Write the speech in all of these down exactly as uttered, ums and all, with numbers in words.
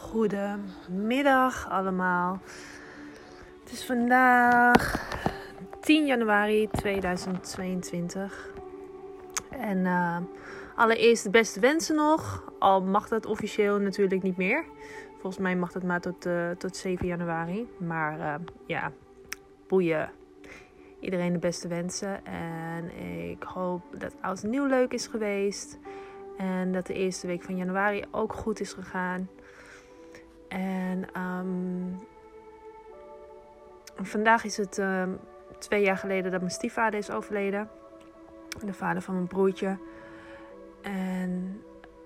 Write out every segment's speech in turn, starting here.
Goedemiddag allemaal. Het is vandaag tien januari tweeduizend tweeëntwintig. En uh, allereerst de beste wensen nog. Al mag dat officieel natuurlijk niet meer. Volgens mij mag dat maar tot, uh, tot zeven januari. Maar uh, ja, boeien. Iedereen de beste wensen. En ik hoop dat oud en nieuw leuk is geweest. En dat de eerste week van januari ook goed is gegaan. En um, vandaag is het um, twee jaar geleden dat mijn stiefvader is overleden. De vader van mijn broertje. En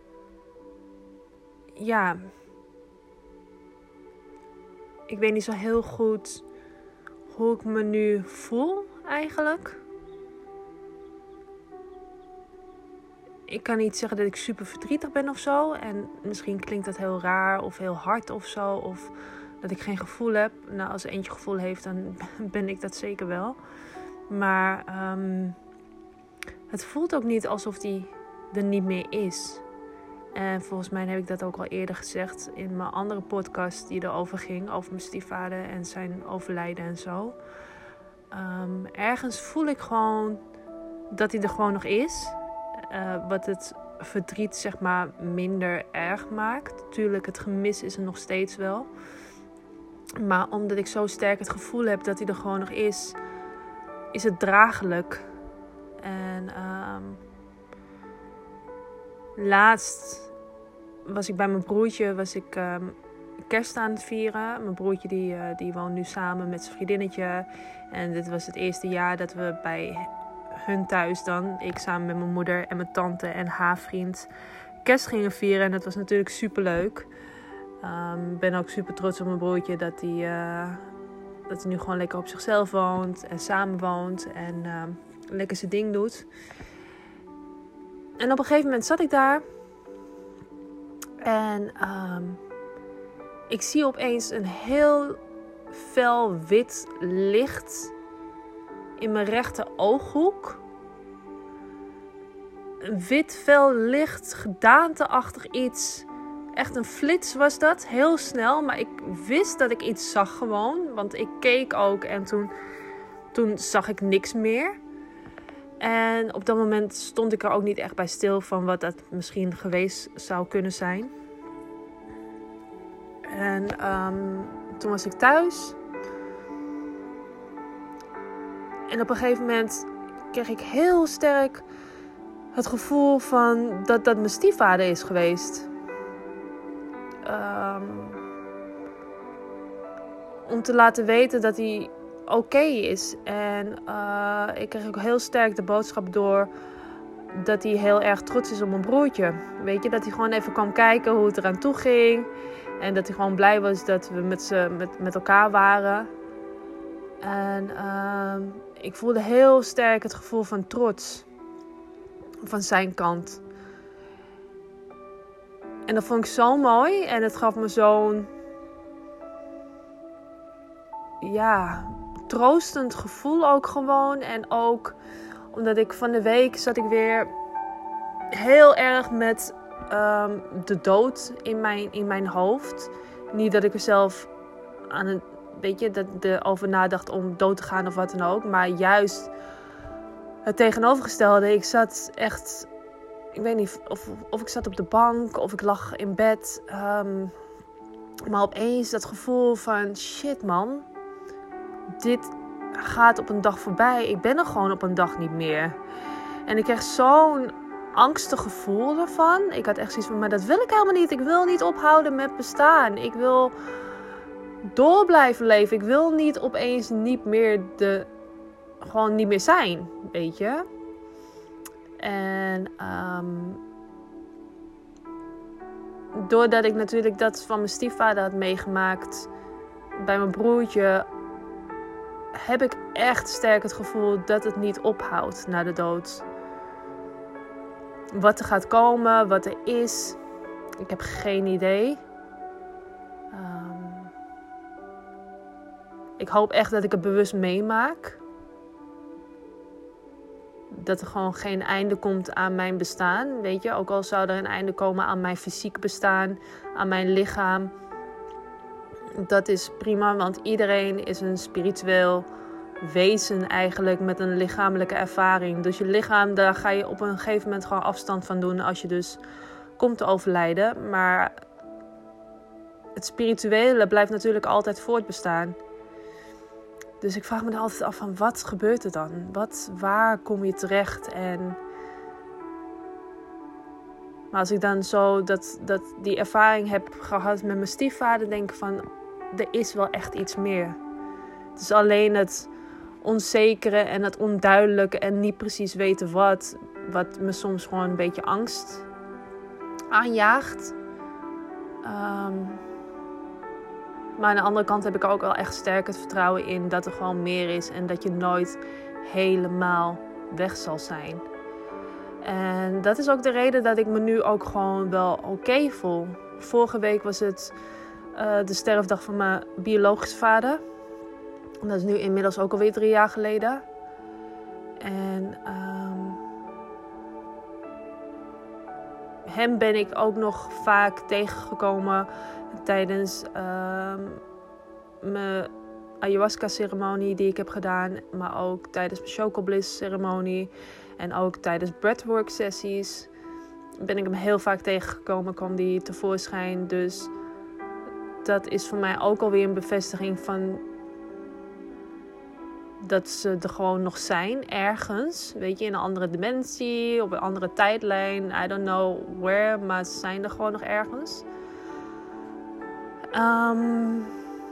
ja, ik weet niet zo heel goed hoe ik me nu voel eigenlijk. Ik kan niet zeggen dat ik super verdrietig ben of zo. En misschien klinkt dat heel raar of heel hard of zo. Of dat ik geen gevoel heb. Nou, als er eentje gevoel heeft, dan ben ik dat zeker wel. Maar um, het voelt ook niet alsof die er niet meer is. En volgens mij heb ik dat ook al eerder gezegd in mijn andere podcast die erover ging. Over mijn stiefvader en zijn overlijden en zo. Um, ergens voel ik gewoon dat hij er gewoon nog is. Uh, wat het verdriet zeg maar minder erg maakt. Tuurlijk, het gemis is er nog steeds wel. Maar omdat ik zo sterk het gevoel heb dat hij er gewoon nog is, is het draaglijk. En um, laatst was ik bij mijn broertje, was ik um, kerst aan het vieren. Mijn broertje die, uh, die woont nu samen met zijn vriendinnetje. En dit was het eerste jaar dat we bij hun thuis dan, ik samen met mijn moeder en mijn tante en haar vriend, kerst gingen vieren. En dat was natuurlijk super leuk. Ik um, ben ook super trots op mijn broertje dat hij, uh, dat hij nu gewoon lekker op zichzelf woont en samen woont en uh, lekker zijn ding doet. En op een gegeven moment zat ik daar en um, ik zie opeens een heel fel wit licht in mijn rechter ooghoek. Een wit fel licht, gedaanteachtig iets. Echt een flits was dat, heel snel. Maar ik wist dat ik iets zag gewoon. Want ik keek ook en toen, toen zag ik niks meer. En op dat moment stond ik er ook niet echt bij stil van wat dat misschien geweest zou kunnen zijn. En um, toen was ik thuis. En op een gegeven moment kreeg ik heel sterk het gevoel van dat dat mijn stiefvader is geweest. Um, om te laten weten dat hij oké okay is. En uh, ik kreeg ook heel sterk de boodschap door dat hij heel erg trots is op mijn broertje. Weet je, dat hij gewoon even kwam kijken hoe het eraan toe ging. En dat hij gewoon blij was dat we met, z'n, met, met elkaar waren. En uh, ik voelde heel sterk het gevoel van trots. Van zijn kant. En dat vond ik zo mooi. En het gaf me zo'n ja, troostend gevoel ook gewoon. En ook omdat ik van de week zat ik weer heel erg met um, de dood in mijn, in mijn hoofd. Niet dat ik er zelf aan het weet je, dat erover nadacht om dood te gaan of wat dan ook. Maar juist het tegenovergestelde. Ik zat echt, ik weet niet of, of ik zat op de bank of ik lag in bed. Um, maar opeens dat gevoel van shit man. Dit gaat op een dag voorbij. Ik ben er gewoon op een dag niet meer. En ik kreeg zo'n angstig gevoel ervan. Ik had echt zoiets van, maar dat wil ik helemaal niet. Ik wil niet ophouden met bestaan. Ik wil door blijven leven. Ik wil niet opeens niet meer de, gewoon niet meer zijn, weet je. En um, doordat ik natuurlijk dat van mijn stiefvader had meegemaakt bij mijn broertje, heb ik echt sterk het gevoel dat het niet ophoudt na de dood. Wat er gaat komen, wat er is, ik heb geen idee. Um, ik hoop echt dat ik het bewust meemaak. Dat er gewoon geen einde komt aan mijn bestaan. Weet je, ook al zou er een einde komen aan mijn fysiek bestaan, aan mijn lichaam. Dat is prima, want iedereen is een spiritueel wezen eigenlijk met een lichamelijke ervaring. Dus je lichaam, daar ga je op een gegeven moment gewoon afstand van doen als je dus komt te overlijden. Maar het spirituele blijft natuurlijk altijd voortbestaan. Dus ik vraag me dan altijd af van wat gebeurt er dan? Wat, waar kom je terecht? En maar als ik dan zo dat, dat die ervaring heb gehad met mijn stiefvader, denk ik van, er is wel echt iets meer. Het is alleen het onzekere en het onduidelijke en niet precies weten wat, wat me soms gewoon een beetje angst aanjaagt. Um, maar aan de andere kant heb ik ook wel echt sterk het vertrouwen in dat er gewoon meer is en dat je nooit helemaal weg zal zijn. En dat is ook de reden dat ik me nu ook gewoon wel oké okay voel. Vorige week was het uh, de sterfdag van mijn biologische vader. Dat is nu inmiddels ook alweer drie jaar geleden. En um, hem ben ik ook nog vaak tegengekomen tijdens um, mijn ayahuasca-ceremonie die ik heb gedaan. Maar ook tijdens mijn chocobliss-ceremonie. En ook tijdens breathwork-sessies ben ik hem heel vaak tegengekomen, kwam die tevoorschijn. Dus dat is voor mij ook alweer een bevestiging van dat ze er gewoon nog zijn, ergens. Weet je, in een andere dimensie, op een andere tijdlijn. I don't know where, maar ze zijn er gewoon nog ergens. Um,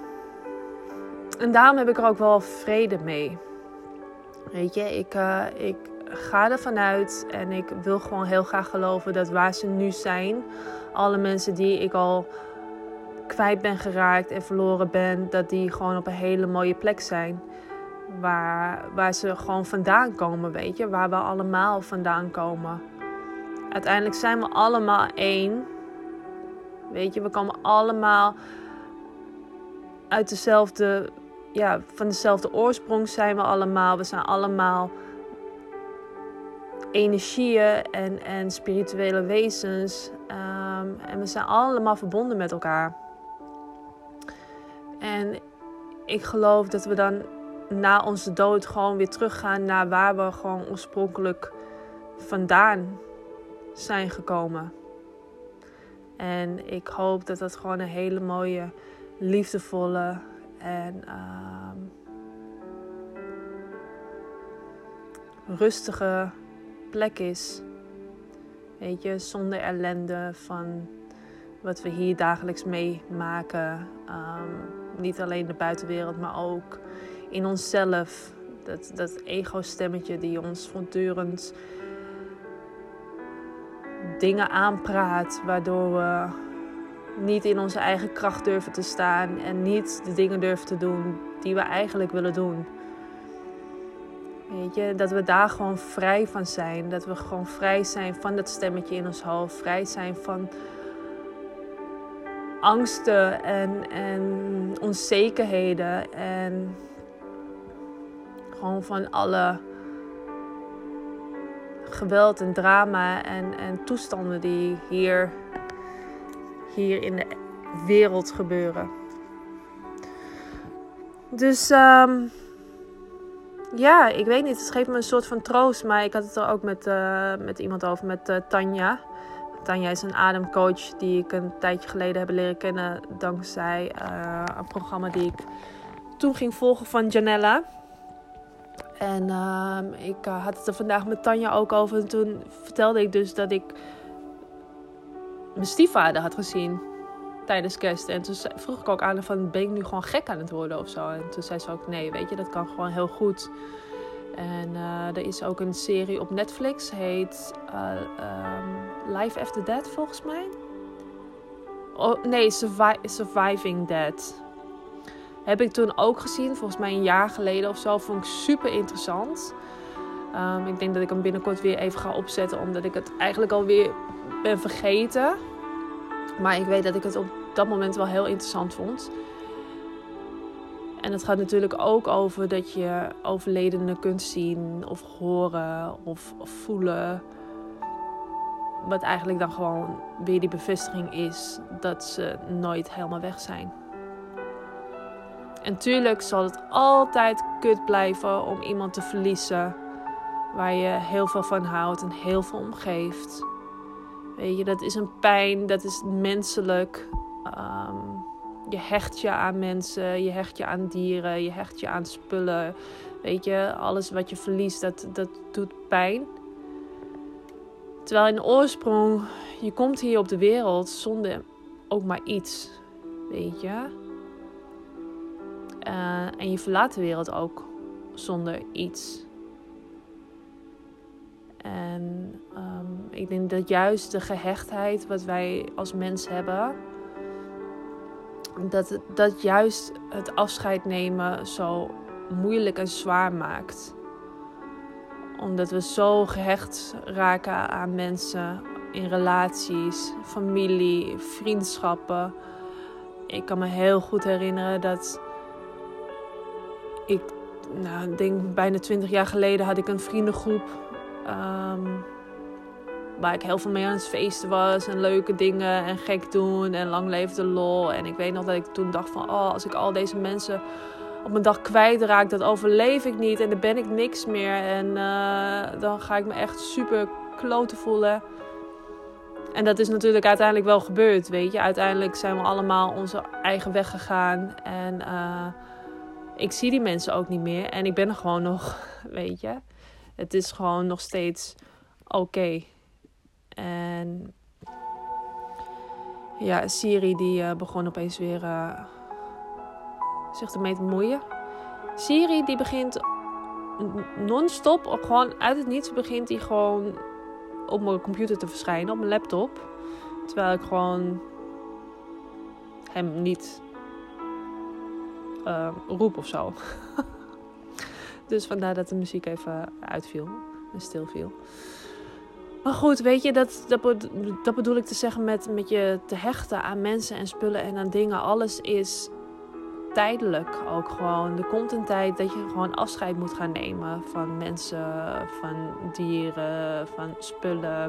en daarom heb ik er ook wel vrede mee. Weet je, ik, uh, ik ga ervan uit en ik wil gewoon heel graag geloven dat waar ze nu zijn, alle mensen die ik al kwijt ben geraakt en verloren ben, dat die gewoon op een hele mooie plek zijn. Waar, waar ze gewoon vandaan komen, weet je. Waar we allemaal vandaan komen. Uiteindelijk zijn we allemaal één. Weet je, we komen allemaal uit dezelfde, ja, van dezelfde oorsprong zijn we allemaal. We zijn allemaal energieën en, en spirituele wezens. Um, en we zijn allemaal verbonden met elkaar. En ik geloof dat we dan na onze dood gewoon weer teruggaan naar waar we gewoon oorspronkelijk vandaan zijn gekomen. En ik hoop dat dat gewoon een hele mooie, liefdevolle en uh, rustige plek is. Weet je, zonder ellende van wat we hier dagelijks meemaken. Um, niet alleen de buitenwereld, maar ook in onszelf. Dat, dat ego-stemmetje die ons voortdurend dingen aanpraat, waardoor we niet in onze eigen kracht durven te staan en niet de dingen durven te doen die we eigenlijk willen doen. Weet je, dat we daar gewoon vrij van zijn. Dat we gewoon vrij zijn van dat stemmetje in ons hoofd. Vrij zijn van angsten en, en onzekerheden. En gewoon van alle geweld en drama en, en toestanden die hier, hier in de wereld gebeuren. Dus um, ja, ik weet niet. Het geeft me een soort van troost. Maar ik had het er ook met, uh, met iemand over, met uh, Tanja. Tanja is een ademcoach die ik een tijdje geleden heb leren kennen. Dankzij uh, een programma die ik toen ging volgen van Janella. En uh, ik uh, had het er vandaag met Tanja ook over. En toen vertelde ik dus dat ik mijn stiefvader had gezien tijdens kerst. En toen vroeg ik ook aan haar van, ben ik nu gewoon gek aan het worden of zo? En toen zei ze ook, nee, weet je, dat kan gewoon heel goed. En uh, er is ook een serie op Netflix, heet uh, um, Life After Death volgens mij. Oh, nee, Survi- Surviving Death. Heb ik toen ook gezien, volgens mij een jaar geleden of zo. Vond ik super interessant. Um, ik denk dat ik hem binnenkort weer even ga opzetten, omdat ik het eigenlijk alweer ben vergeten. Maar ik weet dat ik het op dat moment wel heel interessant vond. En het gaat natuurlijk ook over dat je overledenen kunt zien of horen of, of voelen. Wat eigenlijk dan gewoon weer die bevestiging is dat ze nooit helemaal weg zijn. En tuurlijk zal het altijd kut blijven om iemand te verliezen waar je heel veel van houdt en heel veel om geeft. Weet je, dat is een pijn, dat is menselijk. Um, je hecht je aan mensen, je hecht je aan dieren, je hecht je aan spullen. Weet je, alles wat je verliest, dat, dat doet pijn. Terwijl in de oorsprong, je komt hier op de wereld zonder ook maar iets, weet je. Uh, en je verlaat de wereld ook zonder iets. En um, ik denk dat juist de gehechtheid wat wij als mens hebben, dat, dat juist het afscheid nemen zo moeilijk en zwaar maakt. Omdat we zo gehecht raken aan mensen, in relaties, familie, vriendschappen. Ik kan me heel goed herinneren dat ik, nou, ik denk bijna twintig jaar geleden had ik een vriendengroep. Um, waar ik heel veel mee aan het feesten was. En leuke dingen en gek doen. En lang leefde de lol. En ik weet nog dat ik toen dacht van, oh, als ik al deze mensen op mijn dag kwijtraak, dat overleef ik niet. En dan ben ik niks meer. En uh, dan ga ik me echt super kloten voelen. En dat is natuurlijk uiteindelijk wel gebeurd, weet je. Uiteindelijk zijn we allemaal onze eigen weg gegaan. En uh, ik zie die mensen ook niet meer. En ik ben er gewoon nog, weet je. Het is gewoon nog steeds oké. Okay. En ja, Siri die uh, begon opeens weer uh, zich ermee te bemoeien. Siri die begint non-stop, of gewoon uit het niets begint die gewoon op mijn computer te verschijnen, op mijn laptop. Terwijl ik gewoon hem niet uh, roep of zo. Dus vandaar dat de muziek even uitviel en stilviel. Maar goed, weet je, dat, dat, dat bedoel ik te zeggen met, met je te hechten aan mensen en spullen en aan dingen. Alles is tijdelijk ook gewoon. Er komt een tijd dat je gewoon afscheid moet gaan nemen van mensen, van dieren, van spullen.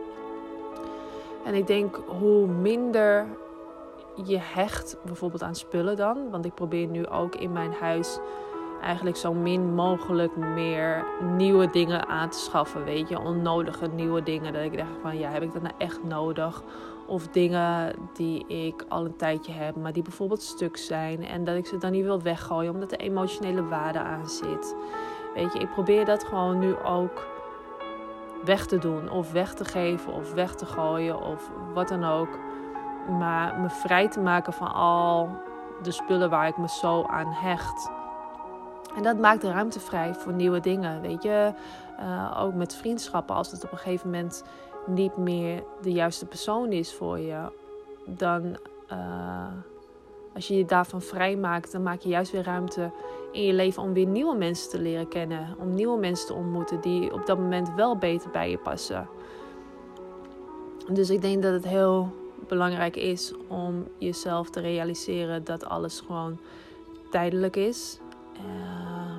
En ik denk hoe minder je hecht bijvoorbeeld aan spullen dan. Want ik probeer nu ook in mijn huis eigenlijk zo min mogelijk meer nieuwe dingen aan te schaffen, weet je. Onnodige nieuwe dingen. Dat ik denk van, ja, heb ik dat nou echt nodig? Of dingen die ik al een tijdje heb, maar die bijvoorbeeld stuk zijn. En dat ik ze dan niet wil weggooien, omdat er emotionele waarde aan zit. Weet je, ik probeer dat gewoon nu ook weg te doen. Of weg te geven, of weg te gooien, of wat dan ook. Maar me vrij te maken van al de spullen waar ik me zo aan hecht. En dat maakt de ruimte vrij voor nieuwe dingen, weet je. Uh, ook met vriendschappen, als het op een gegeven moment niet meer de juiste persoon is voor je. Dan, uh, als je je daarvan vrij maakt, dan maak je juist weer ruimte in je leven om weer nieuwe mensen te leren kennen. Om nieuwe mensen te ontmoeten die op dat moment wel beter bij je passen. Dus ik denk dat het heel belangrijk is om jezelf te realiseren dat alles gewoon tijdelijk is. Uh,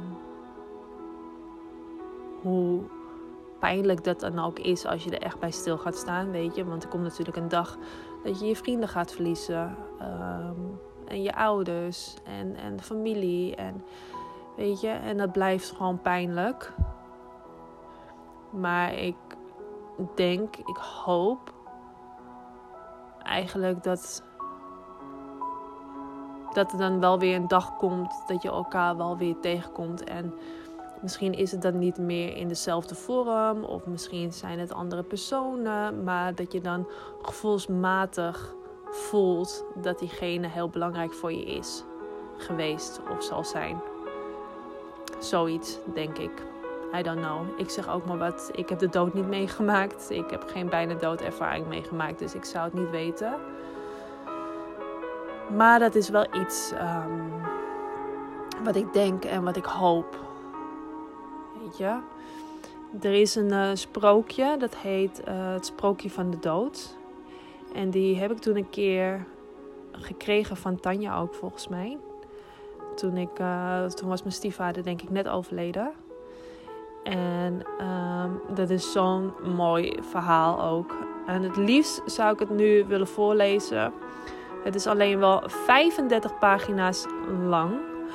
hoe pijnlijk dat dan ook is als je er echt bij stil gaat staan, weet je. Want er komt natuurlijk een dag dat je je vrienden gaat verliezen. Um, en je ouders en, en de familie. En, weet je, en dat blijft gewoon pijnlijk. Maar ik denk, ik hoop eigenlijk dat, dat er dan wel weer een dag komt dat je elkaar wel weer tegenkomt. En misschien is het dan niet meer in dezelfde vorm. Of misschien zijn het andere personen. Maar dat je dan gevoelsmatig voelt dat diegene heel belangrijk voor je is. Geweest of zal zijn. Zoiets, denk ik. I don't know. Ik zeg ook maar wat. Ik heb de dood niet meegemaakt. Ik heb geen bijna doodervaring meegemaakt. Dus ik zou het niet weten. Maar dat is wel iets um, wat ik denk en wat ik hoop. Weet je? Er is een uh, sprookje. Dat heet uh, het sprookje van de dood. En die heb ik toen een keer gekregen van Tanja ook, volgens mij. Toen, ik, uh, toen was mijn stiefvader denk ik net overleden. En um, dat is zo'n mooi verhaal ook. En het liefst zou ik het nu willen voorlezen. Het is alleen wel vijfendertig pagina's lang.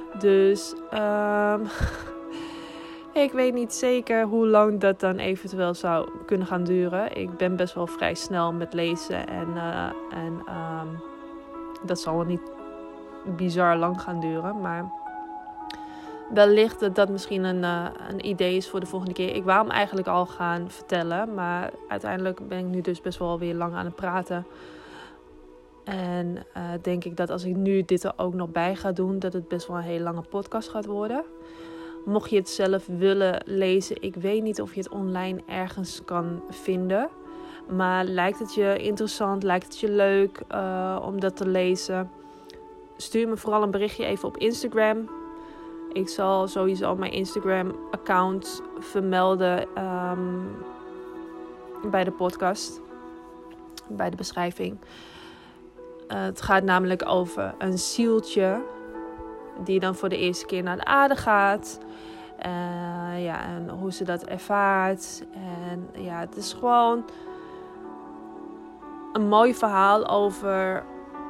Dus um, ik weet niet zeker hoe lang dat dan eventueel zou kunnen gaan duren. Ik ben best wel vrij snel met lezen. En, uh, en um, dat zal wel niet bizar lang gaan duren. Maar wellicht dat dat misschien een, uh, een idee is voor de volgende keer. Ik wou hem eigenlijk al gaan vertellen. Maar uiteindelijk ben ik nu dus best wel weer lang aan het praten. En uh, denk ik dat als ik nu dit er ook nog bij ga doen, dat het best wel een hele lange podcast gaat worden. Mocht je het zelf willen lezen, ik weet niet of je het online ergens kan vinden. Maar lijkt het je interessant, lijkt het je leuk uh, om dat te lezen? Stuur me vooral een berichtje even op Instagram. Ik zal sowieso mijn Instagram-account vermelden um, bij de podcast, bij de beschrijving. Uh, het gaat namelijk over een zieltje die dan voor de eerste keer naar de aarde gaat. Uh, ja, en hoe ze dat ervaart. En ja, het is gewoon een mooi verhaal over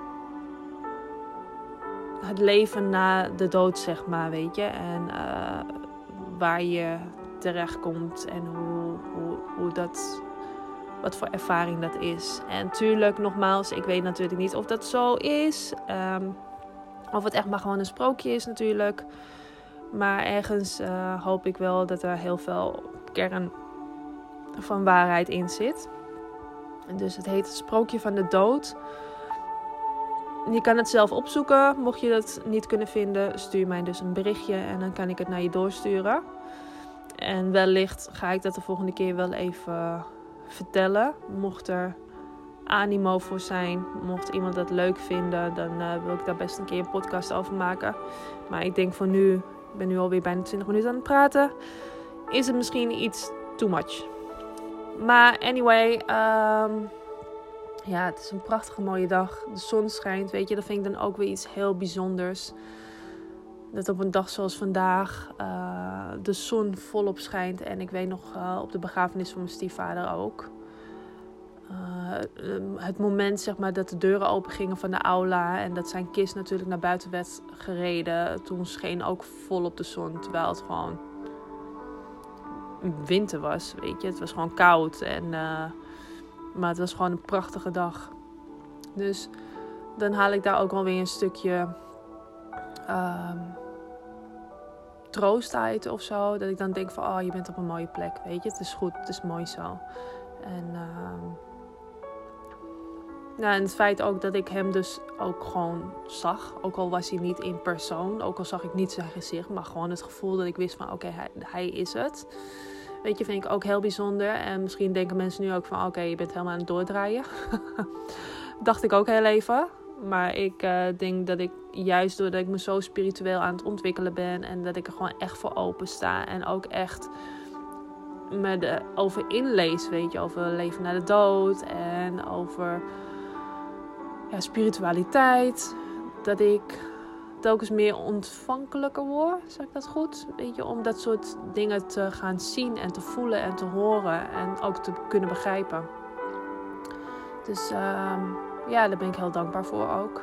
het leven na de dood, zeg maar, weet je. En uh, waar je terecht komt en hoe, hoe, hoe dat, wat voor ervaring dat is. En natuurlijk, nogmaals, ik weet natuurlijk niet of dat zo is. Um, of het echt maar gewoon een sprookje is natuurlijk. Maar ergens uh, hoop ik wel dat er heel veel kern van waarheid in zit. Dus het heet Het Sprookje van de Dood. Je kan het zelf opzoeken. Mocht je dat niet kunnen vinden, stuur mij dus een berichtje en dan kan ik het naar je doorsturen. En wellicht ga ik dat de volgende keer wel even vertellen. Mocht er animo voor zijn, mocht iemand dat leuk vinden, dan uh, wil ik daar best een keer een podcast over maken. Maar ik denk voor nu, ik ben nu alweer bijna twintig minuten aan het praten, is het misschien iets too much. Maar anyway, um, ja, het is een prachtige mooie dag. De zon schijnt, weet je, dat vind ik dan ook weer iets heel bijzonders. Dat op een dag zoals vandaag uh, de zon volop schijnt. En ik weet nog uh, op de begrafenis van mijn stiefvader ook. Uh, het moment, zeg maar, dat de deuren open gingen van de aula en dat zijn kist natuurlijk naar buiten werd gereden. Toen scheen ook volop de zon, terwijl het gewoon winter was, weet je. Het was gewoon koud, en, uh, maar het was gewoon een prachtige dag. Dus dan haal ik daar ook wel weer een stukje uh, troost uit of zo. Dat ik dan denk van, oh, je bent op een mooie plek, weet je. Het is goed, het is mooi zo. En... Uh, Nou, en het feit ook dat ik hem dus ook gewoon zag. Ook al was hij niet in persoon. Ook al zag ik niet zijn gezicht. Maar gewoon het gevoel dat ik wist van oké, okay, hij, hij is het. Weet je, vind ik ook heel bijzonder. En misschien denken mensen nu ook van oké, okay, je bent helemaal aan het doordraaien. Dacht ik ook heel even. Maar ik uh, denk dat ik juist doordat ik me zo spiritueel aan het ontwikkelen ben. En dat ik er gewoon echt voor open sta. En ook echt me over inlees, weet je. Over leven na de dood. En over... Ja, spiritualiteit, dat ik telkens meer ontvankelijker word, zeg ik dat goed? Weet je, om dat soort dingen te gaan zien en te voelen en te horen en ook te kunnen begrijpen. Dus uh, ja, daar ben ik heel dankbaar voor ook.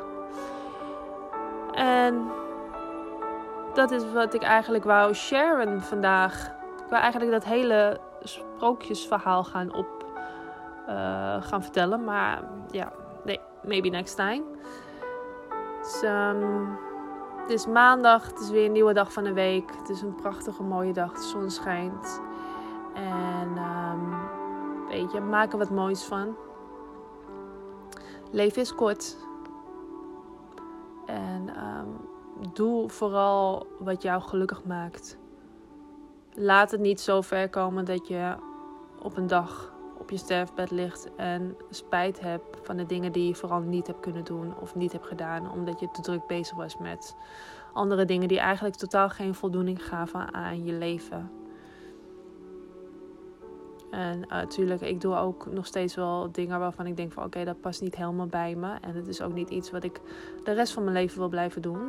En dat is wat ik eigenlijk wou sharen vandaag. Ik wou eigenlijk dat hele sprookjesverhaal gaan op uh, gaan vertellen, maar ja... Nee, maybe next time. Dus, um, het is maandag. Het is weer een nieuwe dag van de week. Het is een prachtige mooie dag. De zon schijnt. En um, weet je, maak er wat moois van. Leven is kort. En um, doe vooral wat jou gelukkig maakt. Laat het niet zo ver komen dat je op een dag... op je sterfbed ligt en spijt hebt van de dingen die je vooral niet hebt kunnen doen of niet hebt gedaan, omdat je te druk bezig was met andere dingen die eigenlijk totaal geen voldoening gaven aan je leven. En natuurlijk, uh, ik doe ook nog steeds wel dingen waarvan ik denk van oké, okay, dat past niet helemaal bij me. En het is ook niet iets wat ik de rest van mijn leven wil blijven doen.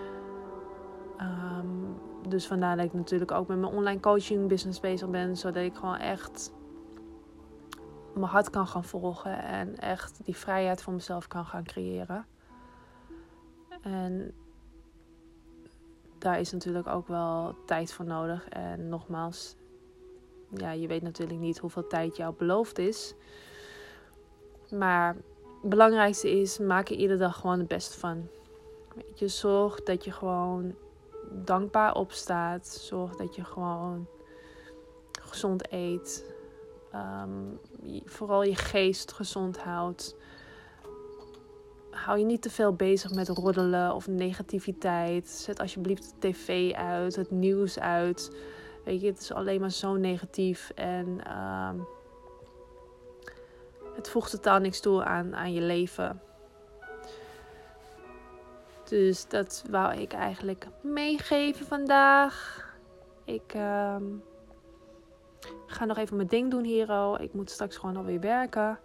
Um, dus vandaar dat ik natuurlijk ook met mijn online coaching business bezig ben, zodat ik gewoon echt mijn hart kan gaan volgen en echt die vrijheid voor mezelf kan gaan creëren. En daar is natuurlijk ook wel tijd voor nodig. En nogmaals, ja, je weet natuurlijk niet hoeveel tijd jou beloofd is. Maar het belangrijkste is, maak er iedere dag gewoon het beste van. Weet je, zorg dat je gewoon dankbaar opstaat. Zorg dat je gewoon gezond eet. Um, vooral je geest gezond houdt. Hou je niet te veel bezig met roddelen of negativiteit. Zet alsjeblieft de tv uit, het nieuws uit. Weet je, het is alleen maar zo negatief. En um, het voegt totaal niks toe aan, aan je leven. Dus dat wou ik eigenlijk meegeven vandaag. Ik um, ga nog even mijn ding doen hier al. Ik moet straks gewoon alweer werken.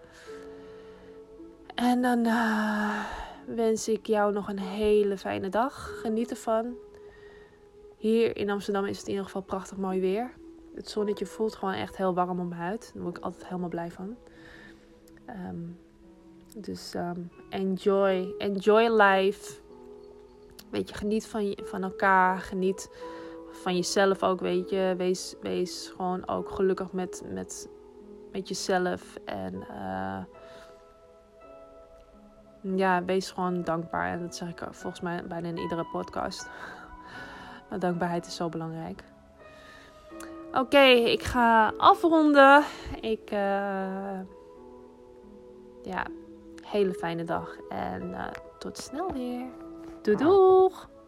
En dan uh, wens ik jou nog een hele fijne dag. Geniet ervan. Hier in Amsterdam is het in ieder geval prachtig mooi weer. Het zonnetje voelt gewoon echt heel warm op mijn huid. Daar word ik altijd helemaal blij van. Um, dus um, enjoy. Enjoy life. Weet je, geniet van, je, van elkaar. Geniet van jezelf ook, weet je. Wees, wees gewoon ook gelukkig met, met, met jezelf. En uh, ja, wees gewoon dankbaar. En dat zeg ik volgens mij bijna in iedere podcast. Maar dankbaarheid is zo belangrijk. Oké, okay, ik ga afronden. Ik, uh, ja, hele fijne dag. En uh, tot snel weer. Doei doeg!